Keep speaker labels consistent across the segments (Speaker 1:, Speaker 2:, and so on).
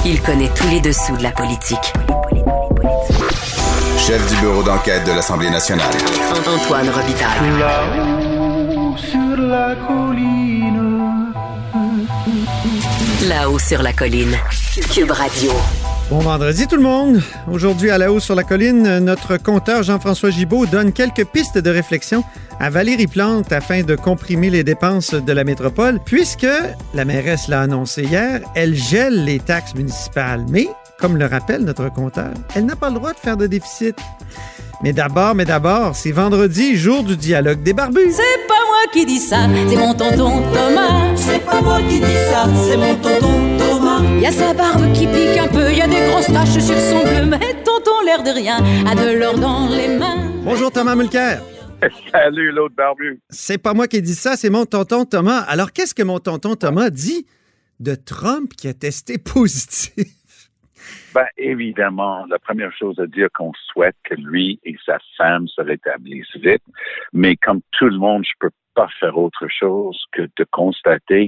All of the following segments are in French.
Speaker 1: Il connaît tous les dessous de la politique.
Speaker 2: Chef du bureau d'enquête de l'Assemblée nationale.
Speaker 1: Antoine Robitaille.
Speaker 3: Là-haut sur la colline.
Speaker 1: Là-haut sur la colline. Cube Radio.
Speaker 4: Bon vendredi tout le monde. Aujourd'hui à La Haut sur la colline, notre conteur Jean-François Gibault donne quelques pistes de réflexion à Valérie Plante afin de comprimer les dépenses de la métropole, puisque la mairesse l'a annoncé hier, elle gèle les taxes municipales. Mais, comme le rappelle notre conteur, elle n'a pas le droit de faire de déficit. Mais d'abord, c'est vendredi, jour du dialogue des barbus.
Speaker 5: C'est pas moi qui dis ça, c'est mon tonton Thomas. C'est pas moi qui dis ça, c'est mon tonton Thomas. Y a sa barbe qui pique un peu, y a des grosses taches sur son bleu, mais tonton l'air de rien, a de l'or dans les mains.
Speaker 4: Bonjour Thomas Mulcair.
Speaker 6: Salut l'autre barbu.
Speaker 4: C'est pas moi qui dis ça, c'est mon tonton Thomas. Alors qu'est-ce que mon tonton Thomas dit de Trump qui a testé positif?
Speaker 6: Ben, évidemment, la première chose à dire qu'on souhaite que lui et sa femme se rétablissent vite. Mais comme tout le monde, je peux pas faire autre chose que de constater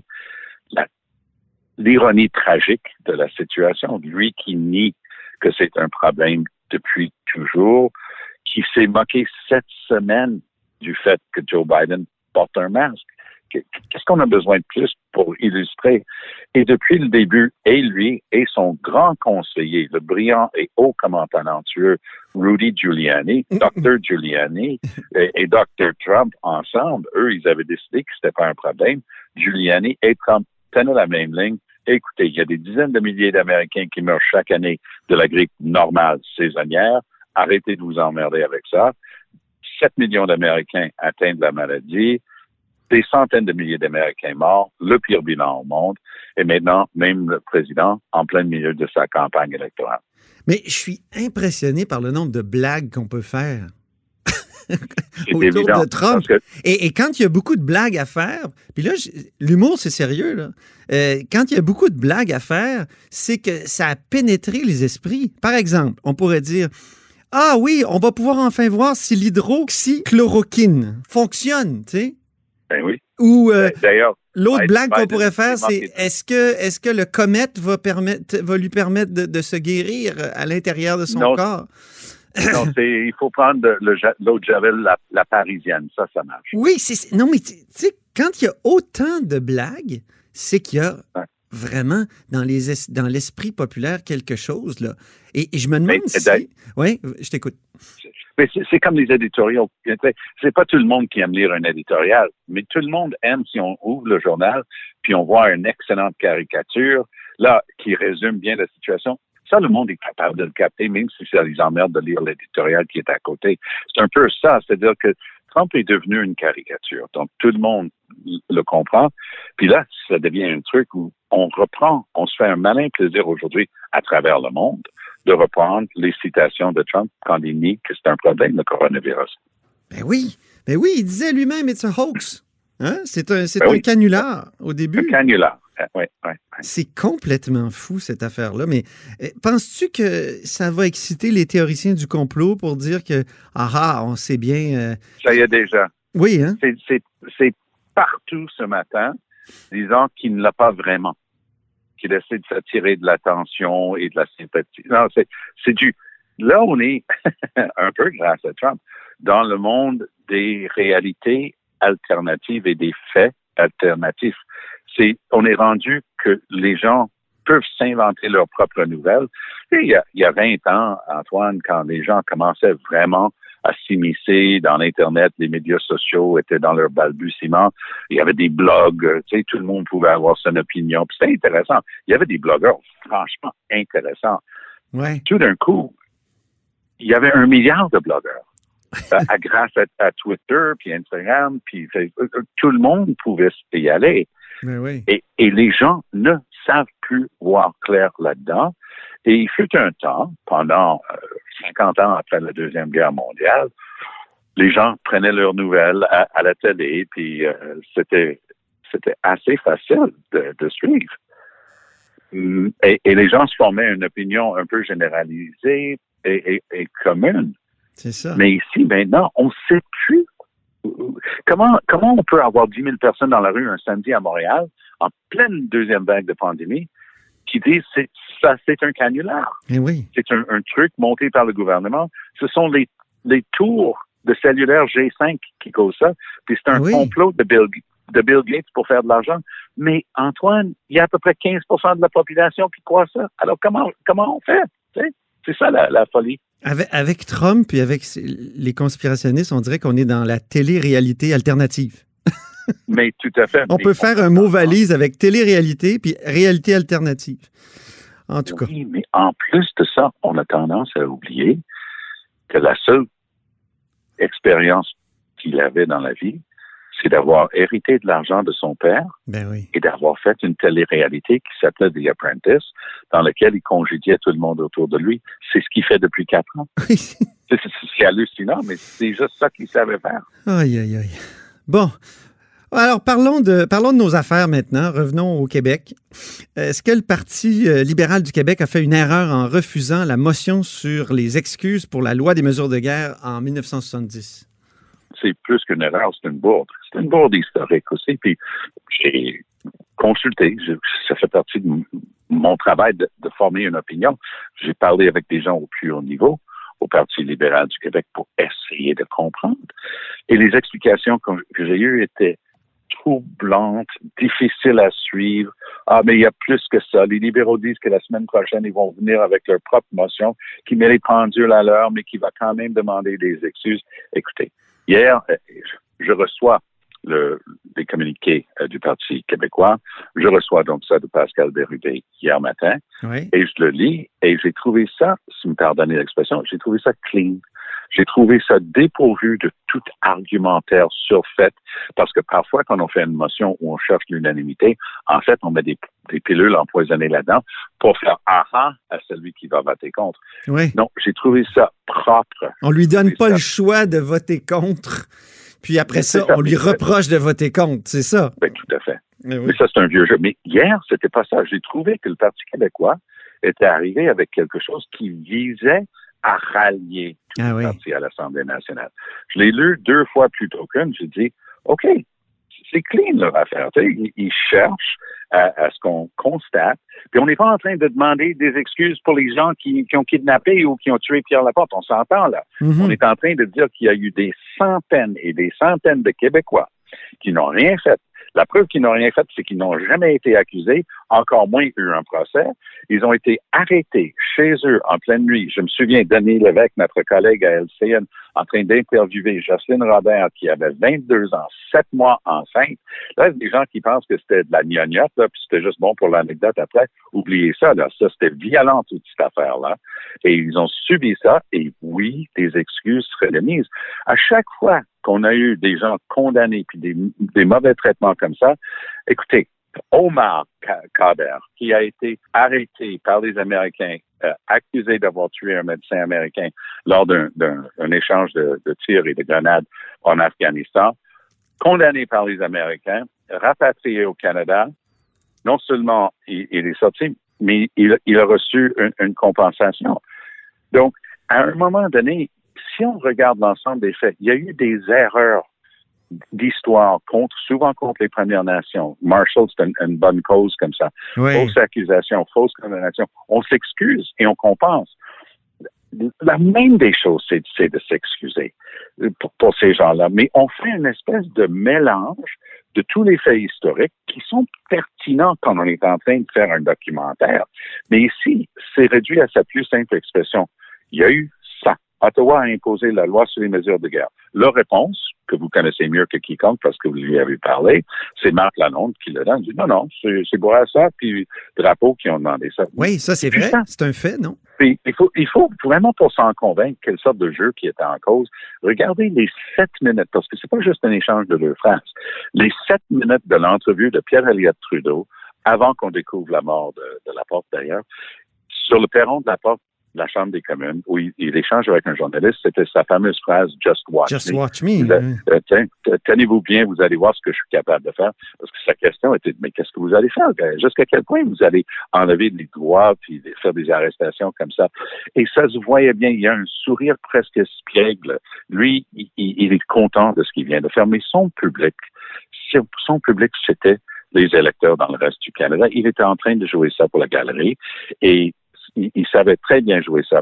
Speaker 6: l'ironie tragique de la situation. Lui qui nie que c'est un problème depuis toujours, qui s'est moqué cette semaine du fait que Joe Biden porte un masque. Qu'est-ce qu'on a besoin de plus pour illustrer? Et depuis le début, et lui et son grand conseiller, le brillant et hautement talentueux Rudy Giuliani, Dr. Giuliani et Dr. Trump ensemble, eux, ils avaient décidé que c'était pas un problème. Giuliani et Trump tenaient la même ligne. Écoutez, il y a des dizaines de milliers d'Américains qui meurent chaque année de la grippe normale saisonnière. Arrêtez de vous emmerder avec ça. 7 millions d'Américains atteints de la maladie. Des centaines de milliers d'Américains morts, le pire bilan au monde, et maintenant, même le président en plein milieu de sa campagne électorale.
Speaker 4: Mais je suis impressionné par le nombre de blagues qu'on peut faire
Speaker 6: C'est
Speaker 4: autour
Speaker 6: évident,
Speaker 4: de Trump.
Speaker 6: parce que...
Speaker 4: Et quand il y a beaucoup de blagues à faire, puis là, l'humour, c'est sérieux, là. Quand il y a beaucoup de blagues à faire, c'est que ça a pénétré les esprits. Par exemple, on pourrait dire... Ah oui, on va pouvoir enfin voir si l'hydroxychloroquine fonctionne, tu sais.
Speaker 6: Ben oui.
Speaker 4: Ou
Speaker 6: d'ailleurs,
Speaker 4: l'autre blague qu'on
Speaker 6: Biden,
Speaker 4: pourrait faire, c'est est-ce que le comète va lui permettre de se guérir à l'intérieur de son corps?
Speaker 6: Non, il faut prendre l'autre javel, la parisienne, ça marche.
Speaker 4: Oui, non, mais tu sais, quand il y a autant de blagues, c'est qu'il y a vraiment dans l'esprit populaire quelque chose, là. Et je me demande si... Oui, je t'écoute.
Speaker 6: Mais c'est comme les éditoriaux. C'est pas tout le monde qui aime lire un éditorial, mais tout le monde aime si on ouvre le journal puis on voit une excellente caricature, là, qui résume bien la situation. Ça, le monde est capable de le capter, même si ça les emmerde de lire l'éditorial qui est à côté. C'est un peu ça, c'est-à-dire que Trump est devenu une caricature. Donc, tout le monde le comprend. Puis là, ça devient un truc où on se fait un malin plaisir aujourd'hui à travers le monde de reprendre les citations de Trump quand il nie que c'est un problème, le coronavirus.
Speaker 4: Ben oui, il disait lui-même, it's a hoax. Hein? C'est un canular au début.
Speaker 6: Un canular, oui.
Speaker 4: C'est complètement fou, cette affaire-là. Mais penses-tu que ça va exciter les théoriciens du complot pour dire que, on sait bien...
Speaker 6: Ça y est déjà.
Speaker 4: Oui, hein?
Speaker 6: C'est partout ce matin, disant qu'il ne l'a pas vraiment. Qu'il essaie de s'attirer de l'attention et de la sympathie. Non, là, on est un peu grâce à Trump dans le monde des réalités alternatives et des faits alternatifs. On est rendu que les gens peuvent s'inventer leurs propres nouvelles. Et il y a 20 ans, Antoine, quand les gens commençaient vraiment à s'immiscer dans l'Internet, les médias sociaux étaient dans leur balbutiement. Il y avait des blogs, tout le monde pouvait avoir son opinion. Puis c'était intéressant. Il y avait des blogueurs franchement intéressants.
Speaker 4: Ouais.
Speaker 6: Tout d'un coup, il y avait 1 milliard de blogueurs. Grâce à Twitter, puis Instagram, puis Facebook, tout le monde pouvait y aller.
Speaker 4: Mais oui.
Speaker 6: Et les gens ne savent plus voir clair là-dedans. Et il fut un temps, pendant 50 ans après la Deuxième Guerre mondiale, les gens prenaient leurs nouvelles à la télé, puis c'était assez facile de suivre. Et les gens se formaient une opinion un peu généralisée et commune.
Speaker 4: C'est ça.
Speaker 6: Mais ici, maintenant, on ne sait plus. Comment on peut avoir 10 000 personnes dans la rue un samedi à Montréal, en pleine deuxième vague de pandémie, qui disent c'est Ça, c'est un canular.
Speaker 4: Eh oui.
Speaker 6: C'est un truc monté par le gouvernement. Ce sont les tours de cellulaire G5 qui causent ça. Puis c'est un complot de Bill Gates pour faire de l'argent. Mais Antoine, il y a à peu près 15% de la population qui croit ça. Alors comment on fait? C'est ça la folie.
Speaker 4: Avec Trump et avec les conspirationnistes, on dirait qu'on est dans la télé-réalité alternative.
Speaker 6: Mais tout à fait.
Speaker 4: On peut faire un mot valise avec télé-réalité puis réalité alternative. En tout cas.
Speaker 6: Oui, mais en plus de ça, on a tendance à oublier que la seule expérience qu'il avait dans la vie, c'est d'avoir hérité de l'argent de son père et d'avoir fait une télé-réalité qui s'appelait The Apprentice, dans laquelle il congédiait tout le monde autour de lui. C'est ce qu'il fait depuis 4 ans. C'est hallucinant, mais c'est juste ça qu'il savait faire.
Speaker 4: Aïe, aïe, aïe. Bon. Alors, parlons de nos affaires maintenant. Revenons au Québec. Est-ce que le Parti libéral du Québec a fait une erreur en refusant la motion sur les excuses pour la loi des mesures de guerre en 1970?
Speaker 6: C'est plus qu'une erreur, c'est une bourde. C'est une bourde historique aussi. Puis j'ai consulté, ça fait partie de mon travail de former une opinion. J'ai parlé avec des gens au plus haut niveau, au Parti libéral du Québec, pour essayer de comprendre. Et les explications que j'ai eues étaient troublantes, difficiles à suivre. Ah, mais il y a plus que ça. Les libéraux disent que la semaine prochaine, ils vont venir avec leur propre motion qui met les pendules à l'heure, mais qui va quand même demander des excuses. Écoutez, hier, je reçois des communiqués du Parti québécois. Je reçois donc ça de Pascal Bérubé hier matin.
Speaker 4: Oui.
Speaker 6: Et je le lis et j'ai trouvé ça, si vous me pardonnez l'expression, j'ai trouvé ça clean. J'ai trouvé ça dépourvu de tout argumentaire surfait, parce que parfois, quand on fait une motion où on cherche l'unanimité, en fait, on met des pilules empoisonnées là-dedans pour faire aha à celui qui va voter contre.
Speaker 4: Oui.
Speaker 6: Non, j'ai trouvé ça propre.
Speaker 4: On lui donne pas le choix de voter contre, puis après ça, on lui reproche de voter contre, c'est ça?
Speaker 6: Ben, tout à fait.
Speaker 4: Mais
Speaker 6: ça, c'est un vieux jeu. Mais hier, c'était pas ça. J'ai trouvé que le Parti québécois était arrivé avec quelque chose qui visait à rallier tout le parti à l'Assemblée nationale. Je l'ai lu 2 fois plutôt qu'une. J'ai dit, OK, c'est clean leur affaire. Ils cherchent à ce qu'on constate. Puis on n'est pas en train de demander des excuses pour les gens qui ont kidnappé ou qui ont tué Pierre Laporte. On s'entend là.
Speaker 4: Mm-hmm.
Speaker 6: On est en train de dire qu'il y a eu des centaines et des centaines de Québécois qui n'ont rien fait. La preuve qu'ils n'ont rien fait, c'est qu'ils n'ont jamais été accusés, encore moins eu un procès. Ils ont été arrêtés chez eux en pleine nuit. Je me souviens Denis Lévesque, notre collègue à LCN, en train d'interviewer Jocelyne Robert, qui avait 22 ans, 7 mois enceinte. Là, il y a des gens qui pensent que c'était de la gnognotte, là, puis c'était juste bon pour l'anecdote après. Oubliez ça, là. Ça, c'était violent, toute cette affaire-là. Et ils ont subi ça, et oui, des excuses seraient émises. À chaque fois qu'on a eu des gens condamnés puis des mauvais traitements comme ça, écoutez, Omar Khadr, qui a été arrêté par les Américains, accusé d'avoir tué un médecin américain lors d'un échange de tirs et de grenades en Afghanistan, condamné par les Américains, rapatrié au Canada. Non seulement il est sorti, mais il a reçu une compensation. Donc, à un moment donné, si on regarde l'ensemble des faits, il y a eu des erreurs d'histoire souvent contre les Premières Nations. Marshall, c'est une bonne cause comme ça.
Speaker 4: Oui.
Speaker 6: Fausse accusation, fausse condamnation. On s'excuse et on compense. La même des choses, c'est de s'excuser pour ces gens-là. Mais on fait une espèce de mélange de tous les faits historiques qui sont pertinents quand on est en train de faire un documentaire. Mais ici, c'est réduit à sa plus simple expression. Il y a eu ça. Ottawa a imposé la loi sur les mesures de guerre. Leur réponse, que vous connaissez mieux que quiconque parce que vous lui avez parlé, c'est Marc Lalonde qui le donne. Il dit non, c'est Bourassa puis Drapeau qui ont demandé ça.
Speaker 4: Oui, ça c'est vrai. C'est un fait, non?
Speaker 6: Puis, il faut vraiment, pour s'en convaincre quelle sorte de jeu qui était en cause, regardez les 7 minutes, parce que c'est pas juste un échange de 2 phrases. Les 7 minutes de l'entrevue de Pierre Elliott Trudeau, avant qu'on découvre la mort de Laporte d'ailleurs, sur le perron de la Chambre des communes, où il échange avec un journaliste, c'était sa fameuse phrase « Just watch me ».
Speaker 4: Just watch me.
Speaker 6: Tenez-vous bien, vous allez voir ce que je suis capable de faire. Parce que sa question était « Mais qu'est-ce que vous allez faire? Jusqu'à quel point vous allez enlever des droits puis faire des arrestations comme ça? » Et ça se voyait bien. Il y a un sourire presque espiègle. Lui, il est content de ce qu'il vient de faire. Mais son public, c'était les électeurs dans le reste du Canada. Il était en train de jouer ça pour la galerie et il savait très bien jouer ça.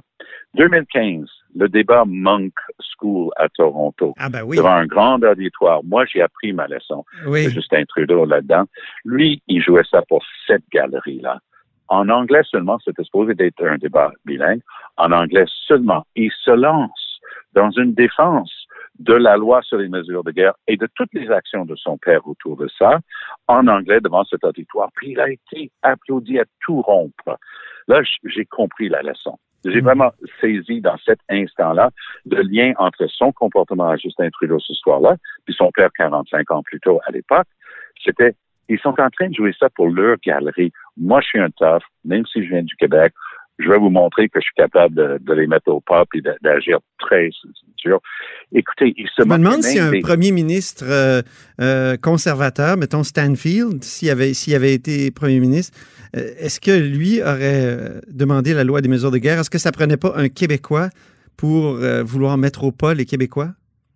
Speaker 6: 2015, le débat Monk School à Toronto, devant un grand auditoire. Moi, j'ai appris ma leçon de Justin Trudeau là-dedans. Lui, il jouait ça pour cette galerie-là. En anglais seulement, c'était supposé d'être un débat bilingue. En anglais seulement, il se lance dans une défense de la loi sur les mesures de guerre et de toutes les actions de son père autour de ça, en anglais devant cet auditoire. Puis il a été applaudi à tout rompre. Là, j'ai compris la leçon. J'ai vraiment saisi dans cet instant-là le lien entre son comportement à Justin Trudeau ce soir-là, puis son père 45 ans plus tôt à l'époque. C'était, ils sont en train de jouer ça pour leur galerie. Moi, je suis un tough, même si je viens du Québec. Je vais vous montrer que je suis capable de les mettre au pas et d'agir très dur. Écoutez,
Speaker 4: je me demande si un premier ministre conservateur, mettons Stanfield, s'il avait été premier ministre, est-ce que lui aurait demandé la loi des mesures de guerre? Est-ce que ça prenait pas un Québécois pour vouloir mettre au pas les Québécois?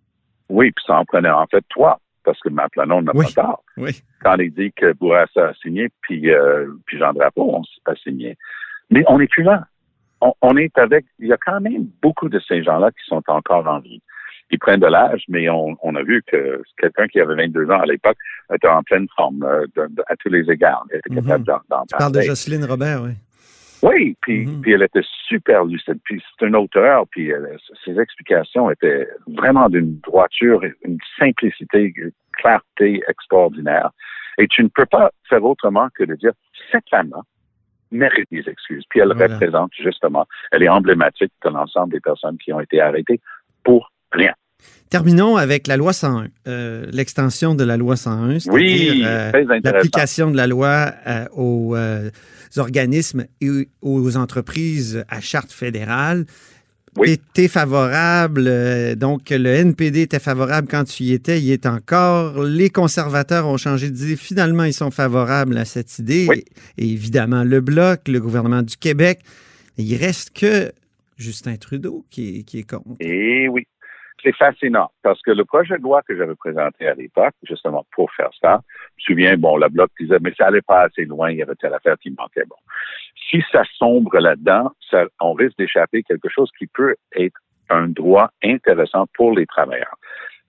Speaker 6: Oui, puis ça en prenait en fait trois, parce que Matt Lanon n'a pas tort.
Speaker 4: Oui.
Speaker 6: Quand il dit que Bourassa a signé, puis Jean Drapeau a signé. Mais on n'est plus là. On est avec... Il y a quand même beaucoup de ces gens-là qui sont encore en vie. Ils prennent de l'âge, mais on a vu que quelqu'un qui avait 22 ans à l'époque était en pleine forme à tous les égards. Elle était capable d'en parler.
Speaker 4: Tu parles de Jocelyne Robert, oui.
Speaker 6: Oui, puis elle était super lucide. Puis c'est une auteure, puis ses explications étaient vraiment d'une droiture, une simplicité, une clarté extraordinaire. Et tu ne peux pas faire autrement que de dire, cette femme-là mérite des excuses. Puis elle représente justement, elle est emblématique de l'ensemble des personnes qui ont été arrêtées pour rien.
Speaker 4: Terminons avec la loi 101, l'extension de la loi 101, c'est-à-dire l'application de la loi aux organismes et aux entreprises à charte fédérale. Oui. Tu es favorable, donc le NPD était favorable quand tu y étais, il est encore. Les conservateurs ont changé d'idée. Finalement, ils sont favorables à cette idée. Oui. Et évidemment, le Bloc, le gouvernement du Québec. Il reste que Justin Trudeau qui est contre.
Speaker 6: Et oui. C'est fascinant parce que le projet de loi que j'avais présenté à l'époque, justement pour faire ça, je me souviens, le Bloc disait, mais ça allait pas assez loin, il y avait telle affaire qui manquait. Bon. Si ça sombre là-dedans, on risque d'échapper quelque chose qui peut être un droit intéressant pour les travailleurs.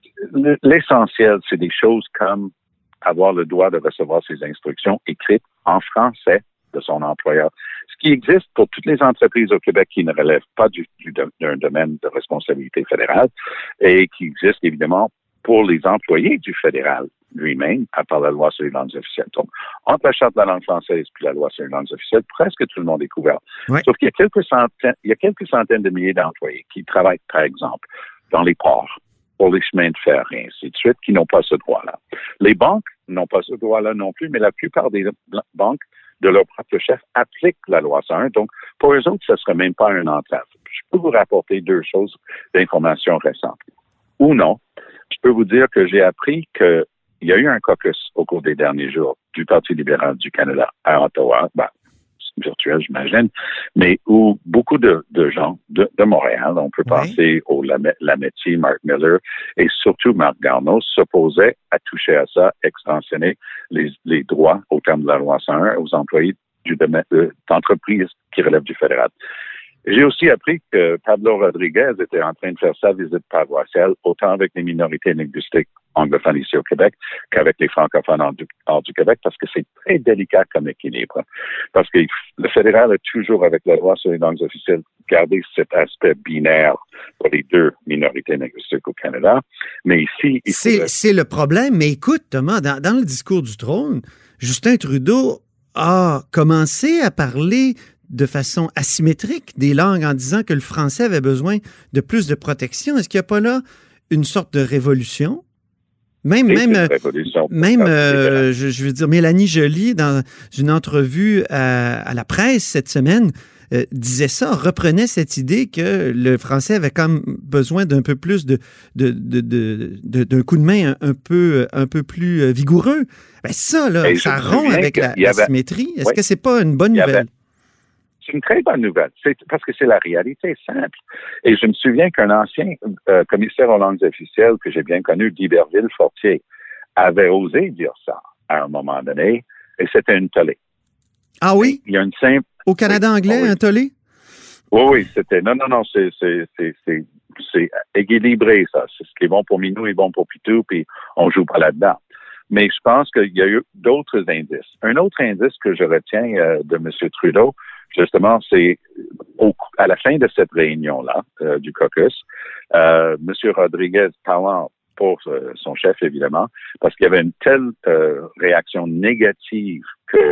Speaker 6: L'essentiel, c'est des choses comme avoir le droit de recevoir ses instructions écrites en français de son employeur. Ce qui existe pour toutes les entreprises au Québec qui ne relèvent pas d'un domaine de responsabilité fédérale et qui existe évidemment pour les employés du fédéral lui-même, à part la loi sur les langues officielles. Donc, entre la Charte de la langue française et la loi sur les langues officielles, presque tout le monde est couvert. Oui. Sauf qu'il y a quelques centaines de milliers d'employés qui travaillent, par exemple, dans les ports, pour les chemins de fer et ainsi de suite, qui n'ont pas ce droit-là. Les banques n'ont pas ce droit-là non plus, mais la plupart des banques de leur propre chef appliquent la loi 101. Donc, pour eux autres, ce ne serait même pas un entrave. Je peux vous rapporter deux choses d'informations récentes. Ou non, je peux vous dire que j'ai appris qu'il y a eu un caucus au cours des derniers jours du Parti libéral du Canada à Ottawa, virtuel, j'imagine, mais où beaucoup de gens de Montréal, on peut penser au Lametti, Mark Miller et surtout Marc Garneau, s'opposaient à toucher à ça, extensionner les droits au terme de la loi 101 aux employés d'entreprises qui relèvent du fédéral. J'ai aussi appris que Pablo Rodriguez était en train de faire sa visite paroissiale autant avec les minorités linguistiques anglophones ici au Québec qu'avec les francophones hors du Québec parce que c'est très délicat comme équilibre. Parce que le fédéral a toujours, avec la loi sur les langues officielles, gardé cet aspect binaire pour les deux minorités linguistiques au Canada. Mais ici...
Speaker 4: C'est le problème. Mais écoute, Thomas, dans le discours du trône, Justin Trudeau a commencé à parler de façon asymétrique des langues en disant que le français avait besoin de plus de protection. Est-ce qu'il n'y a pas là une sorte de révolution? Je veux dire, Mélanie Joly, dans une entrevue à la presse cette semaine, disait ça, reprenait cette idée que le français avait comme besoin d'un peu plus d'un coup de main un peu plus vigoureux. Ben ça, là, ça rompt avec la symétrie. Est-ce que c'est pas une bonne nouvelle?
Speaker 6: C'est une très bonne nouvelle, parce que c'est la réalité simple. Et je me souviens qu'un ancien commissaire aux langues officielles que j'ai bien connu, Guy Berville-Fortier, avait osé dire ça. à un moment donné, et c'était une tollée.
Speaker 4: Ah oui?
Speaker 6: Il y a une simple...
Speaker 4: Au Canada anglais, un tollé?
Speaker 6: Oui, c'était... Non, c'est équilibré, ça. C'est ce qui est bon pour Minou est bon pour Pitou, puis on joue pas là-dedans. Mais je pense qu'il y a eu d'autres indices. Un autre indice que je retiens de M. Trudeau, justement, c'est à la fin de cette réunion-là, du caucus, M. Rodriguez parlant pour son chef, évidemment, parce qu'il y avait une telle réaction négative que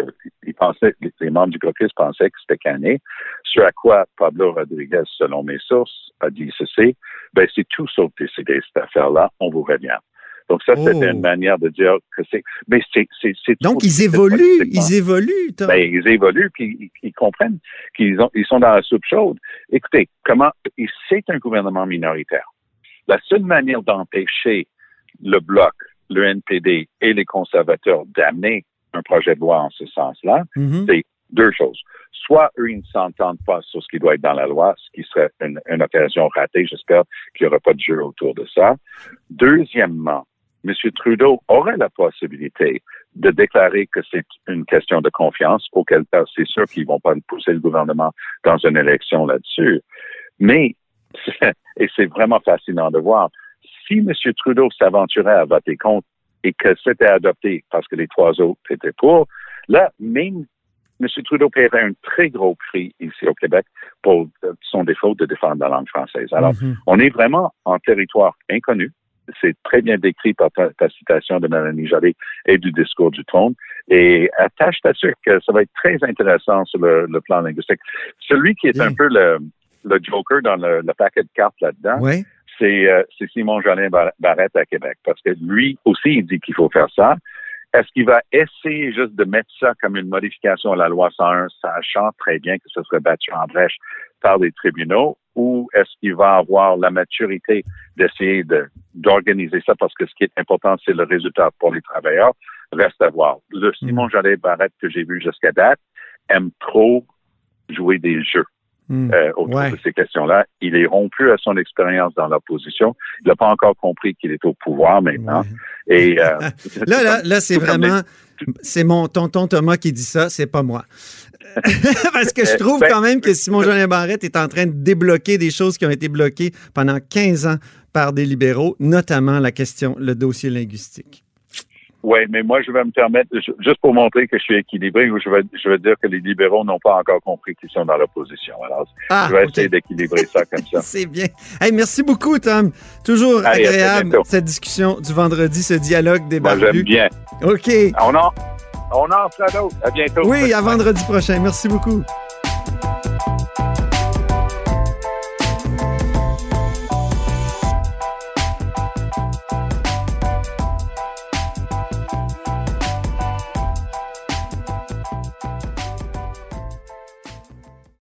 Speaker 6: les membres du caucus pensaient que c'était canné, ce à quoi Pablo Rodriguez, selon mes sources, a dit ceci, ben c'est tout sauf décidé, cette affaire-là, on vous revient. Donc ça, c'était une manière de dire que c'est... Mais c'est
Speaker 4: donc, ils évoluent. Tom.
Speaker 6: Ben, ils évoluent, puis ils comprennent qu'ils sont dans la soupe chaude. Écoutez, c'est un gouvernement minoritaire. La seule manière d'empêcher le Bloc, le NPD et les conservateurs d'amener un projet de loi en ce sens-là, c'est deux choses. Soit eux, ils ne s'entendent pas sur ce qui doit être dans la loi, ce qui serait une occasion ratée. J'espère qu'il n'y aura pas de jeu autour de ça. Deuxièmement, M. Trudeau aurait la possibilité de déclarer que c'est une question de confiance, auquel cas c'est sûr qu'ils ne vont pas pousser le gouvernement dans une élection là-dessus. Mais, et c'est vraiment fascinant de voir, si M. Trudeau s'aventurait à voter contre et que c'était adopté parce que les trois autres étaient pour, là, même M. Trudeau paierait un très gros prix ici au Québec pour son défaut de défendre la langue française. Alors, on est vraiment en territoire inconnu. C'est très bien décrit par ta citation de Mélanie Joly et du discours du trône. Et attache-toi sûr que ça va être très intéressant sur le plan linguistique. Celui qui est un peu le joker dans le paquet de cartes là-dedans, c'est Simon Jolin Barrette à Québec. Parce que lui aussi, il dit qu'il faut faire ça. Est-ce qu'il va essayer juste de mettre ça comme une modification à la loi 101, sachant très bien que ce serait battu en brèche par les tribunaux, ou est-ce qu'il va avoir la maturité d'essayer d'organiser ça, parce que ce qui est important, c'est le résultat pour les travailleurs, reste à voir. Le Simon Jolin Barrette que j'ai vu jusqu'à date aime trop jouer des jeux. Autour de ces questions-là. Il est rompu à son expérience dans l'opposition. Il n'a pas encore compris qu'il est au pouvoir maintenant. Et
Speaker 4: là, c'est vraiment... C'est mon tonton Thomas qui dit ça, c'est pas moi. Parce que je trouve quand même que Simon Jolin Barrette est en train de débloquer des choses qui ont été bloquées pendant 15 ans par des libéraux, notamment le dossier linguistique.
Speaker 6: Oui, mais moi, je vais me permettre, juste pour montrer que je suis équilibré, je vais dire que les libéraux n'ont pas encore compris qu'ils sont dans l'opposition. Alors, je vais essayer d'équilibrer ça comme ça.
Speaker 4: C'est bien. Hey, merci beaucoup, Tom. Toujours agréable, cette discussion du vendredi, ce dialogue des barbus.
Speaker 6: Moi, j'aime bien.
Speaker 4: OK.
Speaker 6: On en fera d'autres. À bientôt.
Speaker 4: Oui, à vendredi prochain. Merci beaucoup.